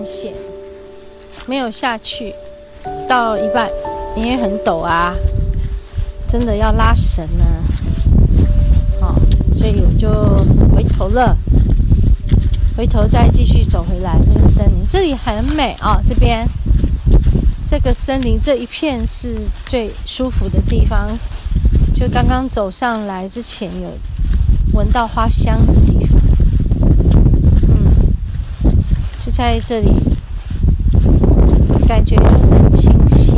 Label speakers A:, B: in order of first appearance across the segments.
A: 险，没有下去，到一半你也很陡啊，真的要拉绳呢。所以我就回头了，回头再继续走回来。这个森林这里很美啊，这边这个森林这一片是最舒服的地方。就刚刚走上来之前有闻到花香的地方，就在这里，感觉就是很清新。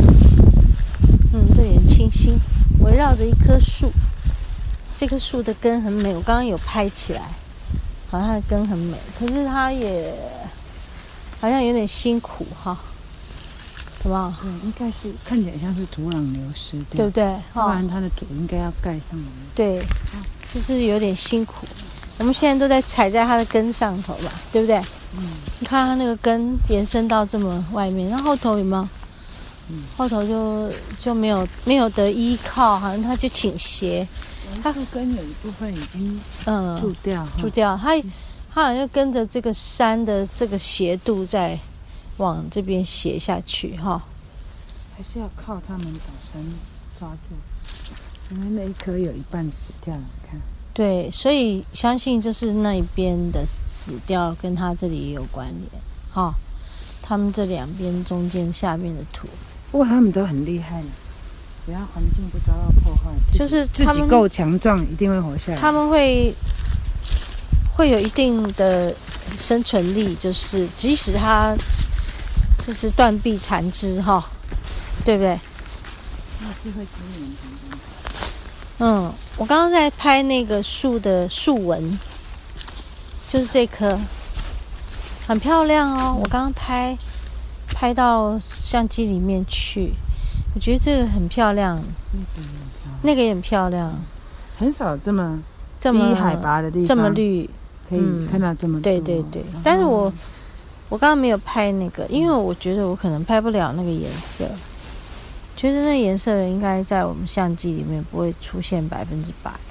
A: 这里很清新，围绕着一棵树。这棵树的根很美，我刚刚有拍起来，好像它的根很美，可是它也好像有点辛苦哈，好不好？
B: 对，应该是看起来像是土壤流失，
A: 对不对？
B: 不然它的土应该要盖上来。
A: 对，就是有点辛苦。我们现在都在踩在它的根上头吧，对不对？你看它那个根延伸到这么外面，然后后头有没有？后头就没有得依靠，好像它就倾斜。
B: 它的根有一部分已经蛀掉，
A: 它好像跟着这个山的这个斜度在往这边斜下去哈。
B: 还是要靠它们把山抓住，因为那一棵有一半死掉了，你看。
A: 对，所以相信就是那一边的死掉跟它这里也有关联哈。他们这两边中间下面的土，
B: 不过他们都很厉害呢。只要环境不遭到破坏，
A: 就是
B: 自己够强壮，一定会活下来。
A: 他们会有一定的生存力，就是即使它就是断臂残肢哈，对不对？
B: 那是会经年。
A: 我刚刚在拍那个树的树纹，就是这棵，很漂亮哦。我刚刚拍到相机里面去。我觉得这个很漂亮，那个也很漂亮，
B: 很少这么低海拔的地方
A: 这么绿，
B: 可以看到这么多。
A: 对。但是我刚刚没有拍那个，因为我觉得我可能拍不了那个颜色，觉得那颜色应该在我们相机里面不会出现100%啊，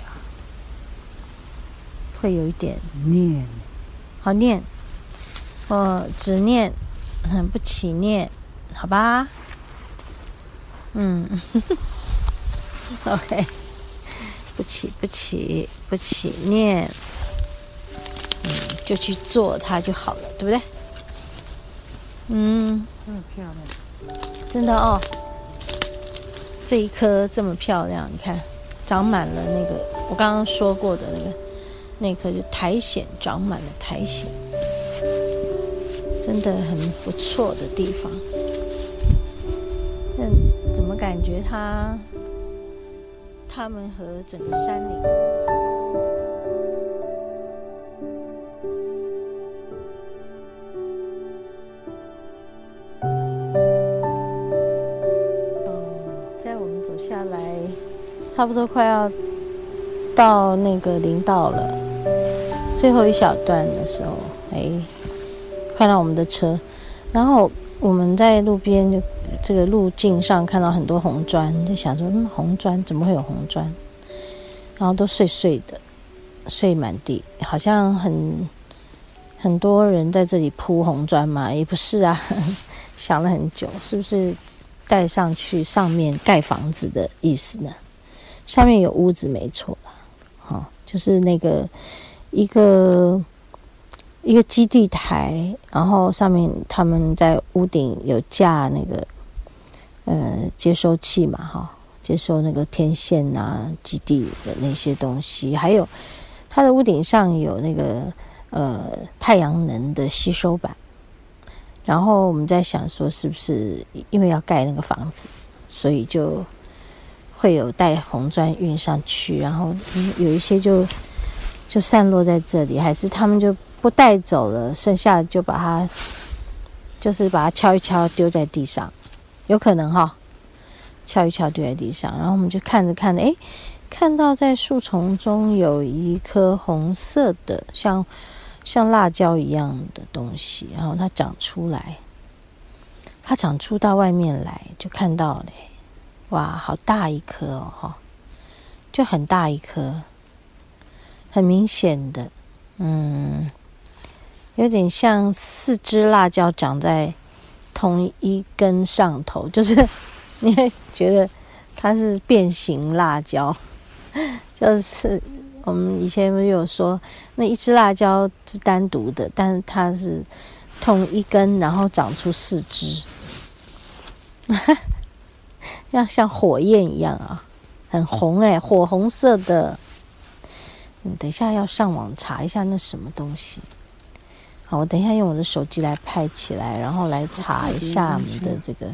A: 会有一点
B: 念，
A: 好念，只念，不起念，好吧。OK， 不起念，就去做它就好了，对不对？
B: 这么漂亮，
A: 真的哦，这一棵这么漂亮，你看，长满了那个我刚刚说过的那棵就苔藓，长满了苔藓，真的很不错的地方。但怎么感觉他们和整个山林在我们走下来差不多快要到那个林道了，最后一小段的时候，看到我们的车，然后我们在路边就这个路径上看到很多红砖，就想说红砖怎么会有红砖，然后都碎碎的，碎满地，好像很多人在这里铺红砖嘛，也不是啊。想了很久，是不是带上去上面盖房子的意思呢？上面有屋子没错啦，就是那个一个基地台，然后上面他们在屋顶有架那个接收器嘛，接收那个天线啊，基地的那些东西，还有它的屋顶上有那个太阳能的吸收板。然后我们在想说，是不是因为要盖那个房子，所以就会有带红砖运上去，然后有一些就散落在这里，还是他们就不带走了，剩下就把它敲一敲丢在地上，有可能敲一敲丢在地上。然后我们就看着看到在树丛中有一颗红色的像辣椒一样的东西，然后它长出到外面来，就看到了，哇，好大一颗哦，就很大一颗，很明显的， 有点像4只辣椒长在同一根上头，就是你会觉得它是变形辣椒，就是我们以前有说那一只辣椒是单独的，但是它是同一根，然后长出4只，像火焰一样啊，很红火红色的。等一下要上网查一下那什么东西。好，我等一下用我的手机来拍起来，然后来查一下我们的这个。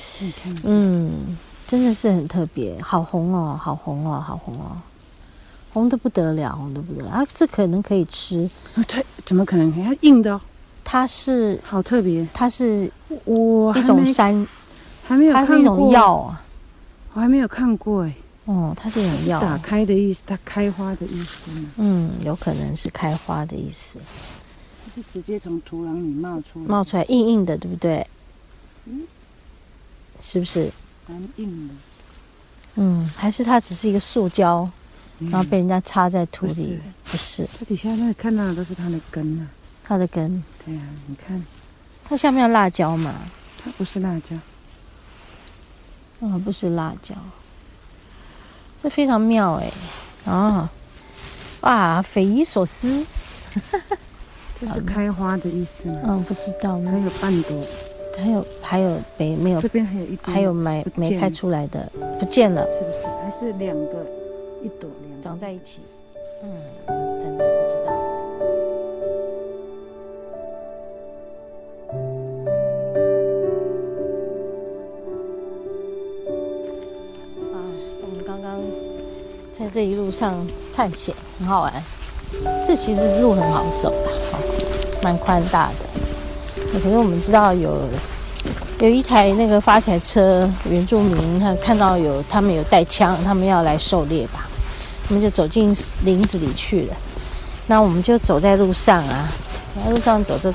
A: 真的是很特别，好红哦，好红哦，好红哦，红得不得了，红得不得了啊！这可能可以吃？
B: 它怎么可能？它硬的哦。
A: 它是
B: 好特别，
A: 它是一种山，
B: 还没有看过，
A: 它是一种药啊。
B: 我还没有看过哎。
A: 哦，它是一种药，
B: 打开的意思，它开花的意思吗？
A: 有可能是开花的意思。
B: 它是直接从土壤里
A: 冒出来，硬硬的，对不对？是不是？
B: 蛮硬的。
A: 还是它只是一个塑胶，然后被人家插在土里？不是，
B: 它底下那看到的都是它的根啊。
A: 它的根。
B: 对啊，你看，
A: 它下面有辣椒嘛？
B: 它不是辣椒。
A: 不是辣椒。这非常妙哇，匪夷所思。
B: 这是开花的意思吗？
A: 不知道。
B: 还有半朵，
A: 还有没有？
B: 这边还有一朵，
A: 还有没开出来的不见了，
B: 是不是？还是2个，一朵2个
A: 长在一起？真的不知道。我们刚刚在这一路上探险，很好玩。这其实路很好走啦，蛮宽大的。可是我们知道有一台那个发财车，原住民他看到他们有带枪，他们要来狩猎吧，我们就走进林子里去了。那我们就走在路上啊，在路上走着，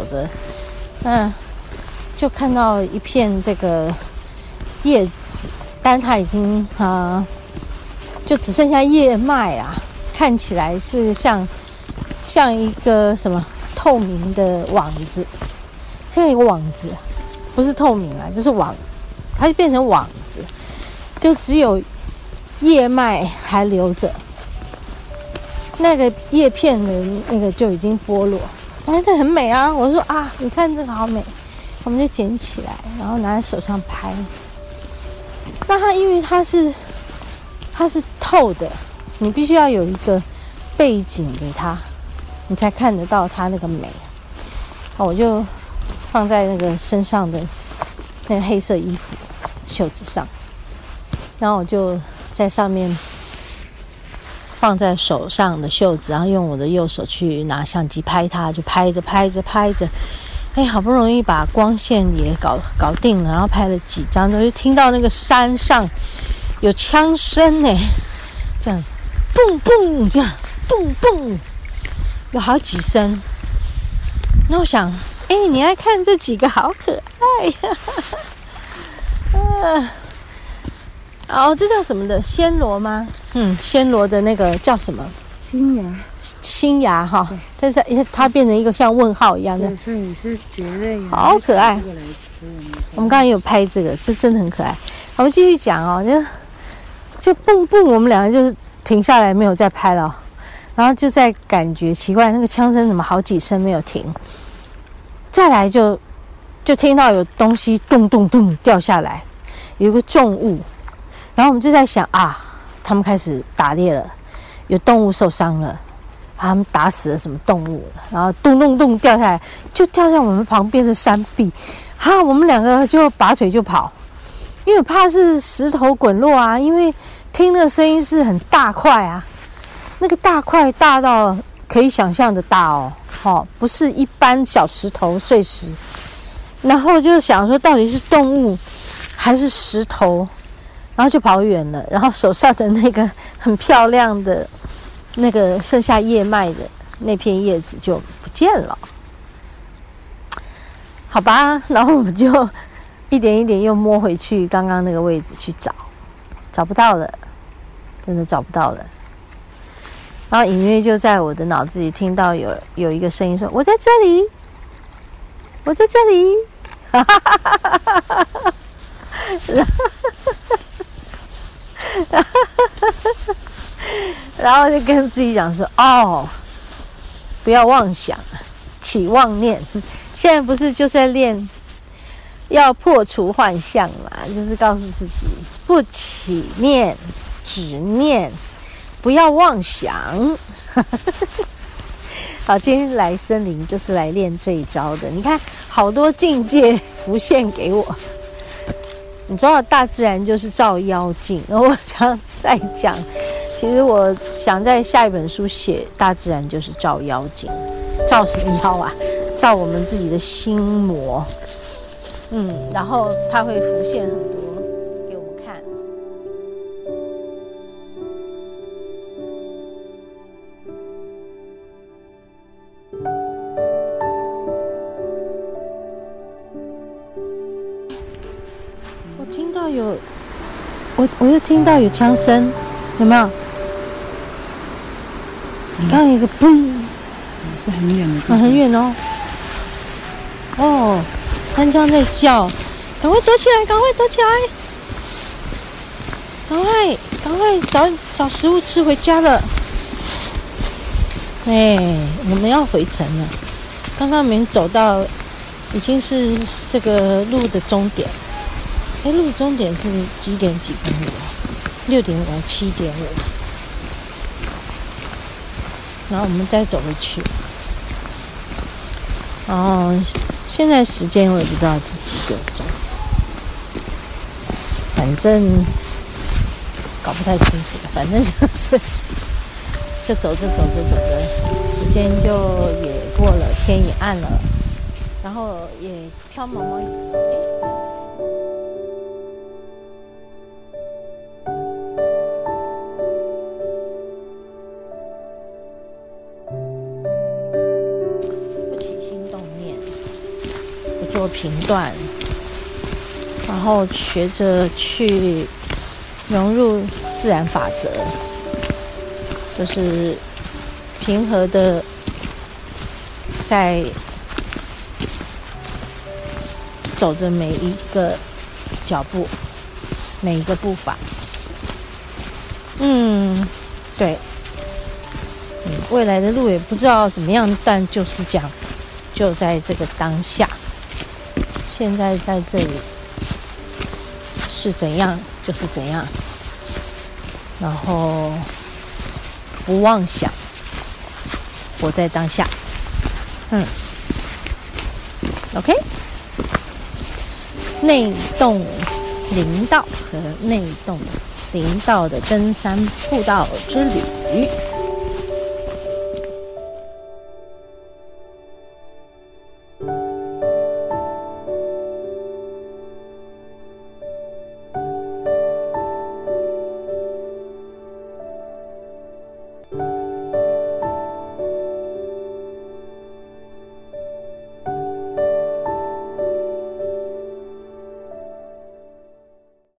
A: 就看到一片这个叶子，但它已经就只剩下叶脉啊，看起来是像一个什么透明的网子，像一个网子，不是透明啊，就是网，它就变成网子，就只有叶脉还留着，那个叶片的那个就已经剥落，这很美啊！我说你看这个好美，我们就捡起来，然后拿在手上拍。那它因为它是透的，你必须要有一个背景给它，你才看得到它那个美。我就放在那个身上的那个黑色衣服袖子上，然后我就在上面放在手上的袖子，然后用我的右手去拿相机拍它，就拍着，好不容易把光线也搞定了，然后拍了几张，就听到那个山上有枪声这样蹦蹦，这样蹦蹦，有好几声。那我想，你来看这几个好可爱呀！这叫什么的？暹罗吗？暹罗的那个叫什么？新芽哈，但是它变成一个像问号一样的，
B: 对，所以是蕨类，
A: 好可爱。我们刚才有拍这个，这真的很可爱。我们继续讲就蹦蹦，我们两个就停下来没有再拍了，然后就在感觉奇怪，那个枪声怎么好几声没有停？再来就听到有东西咚咚咚掉下来，有一个重物，然后我们就在想他们开始打猎了，有动物受伤了，他们打死了什么动物了，然后咚咚咚掉下来，就掉在我们旁边的山壁，我们两个就拔腿就跑，因为怕是石头滚落啊，因为听那个声音是很大块啊，那个大块大到可以想象的大不是一般小石头碎石，然后就想说到底是动物还是石头，然后就跑远了，然后手上的那个很漂亮的那个剩下叶脉的那片叶子就不见了，好吧，然后我们就一点一点又摸回去刚刚那个位置去找不到了，真的找不到了。 然后隐约就在我的脑子里听到有一个声音说：“我在这里，我在这里。”然后就跟自己讲说：“哦，不要妄想，起妄念。现在不是就在练，要破除幻象嘛？就是告诉自己不起念，只念，不要妄想。”好，今天来森林就是来练这一招的。你看，好多境界浮现给我。你知道，大自然就是照妖镜。我想再讲，其实我想在下一本书写，大自然就是照妖镜。照什么妖啊？照我们自己的心魔。然后它会浮现很多给我们看。我又听到有枪声，有没有？刚刚有一个嘣，
B: 是很远的地方，
A: 很远哦。哦，山羌在叫，赶快躲起来，赶快躲起来，赶快找食物吃，回家了。我们要回城了。刚刚我们走到，已经是这个路的终点。路的终点是几点几分？6.5、7.5。然后我们再走回去。然后现在时间我也不知道是几点钟，反正搞不太清楚了。反正就走着，时间就也过了，天也暗了，然后也飘毛毛雨。做评断，然后学着去融入自然法则，就是平和的在走着每一个脚步，每一个步伐。对，未来的路也不知道怎么样，但就是这样，就在这个当下。现在在这里是怎样就是怎样，然后不妄想，活在当下。OK， 内洞林道和内洞林道的登山步道之旅。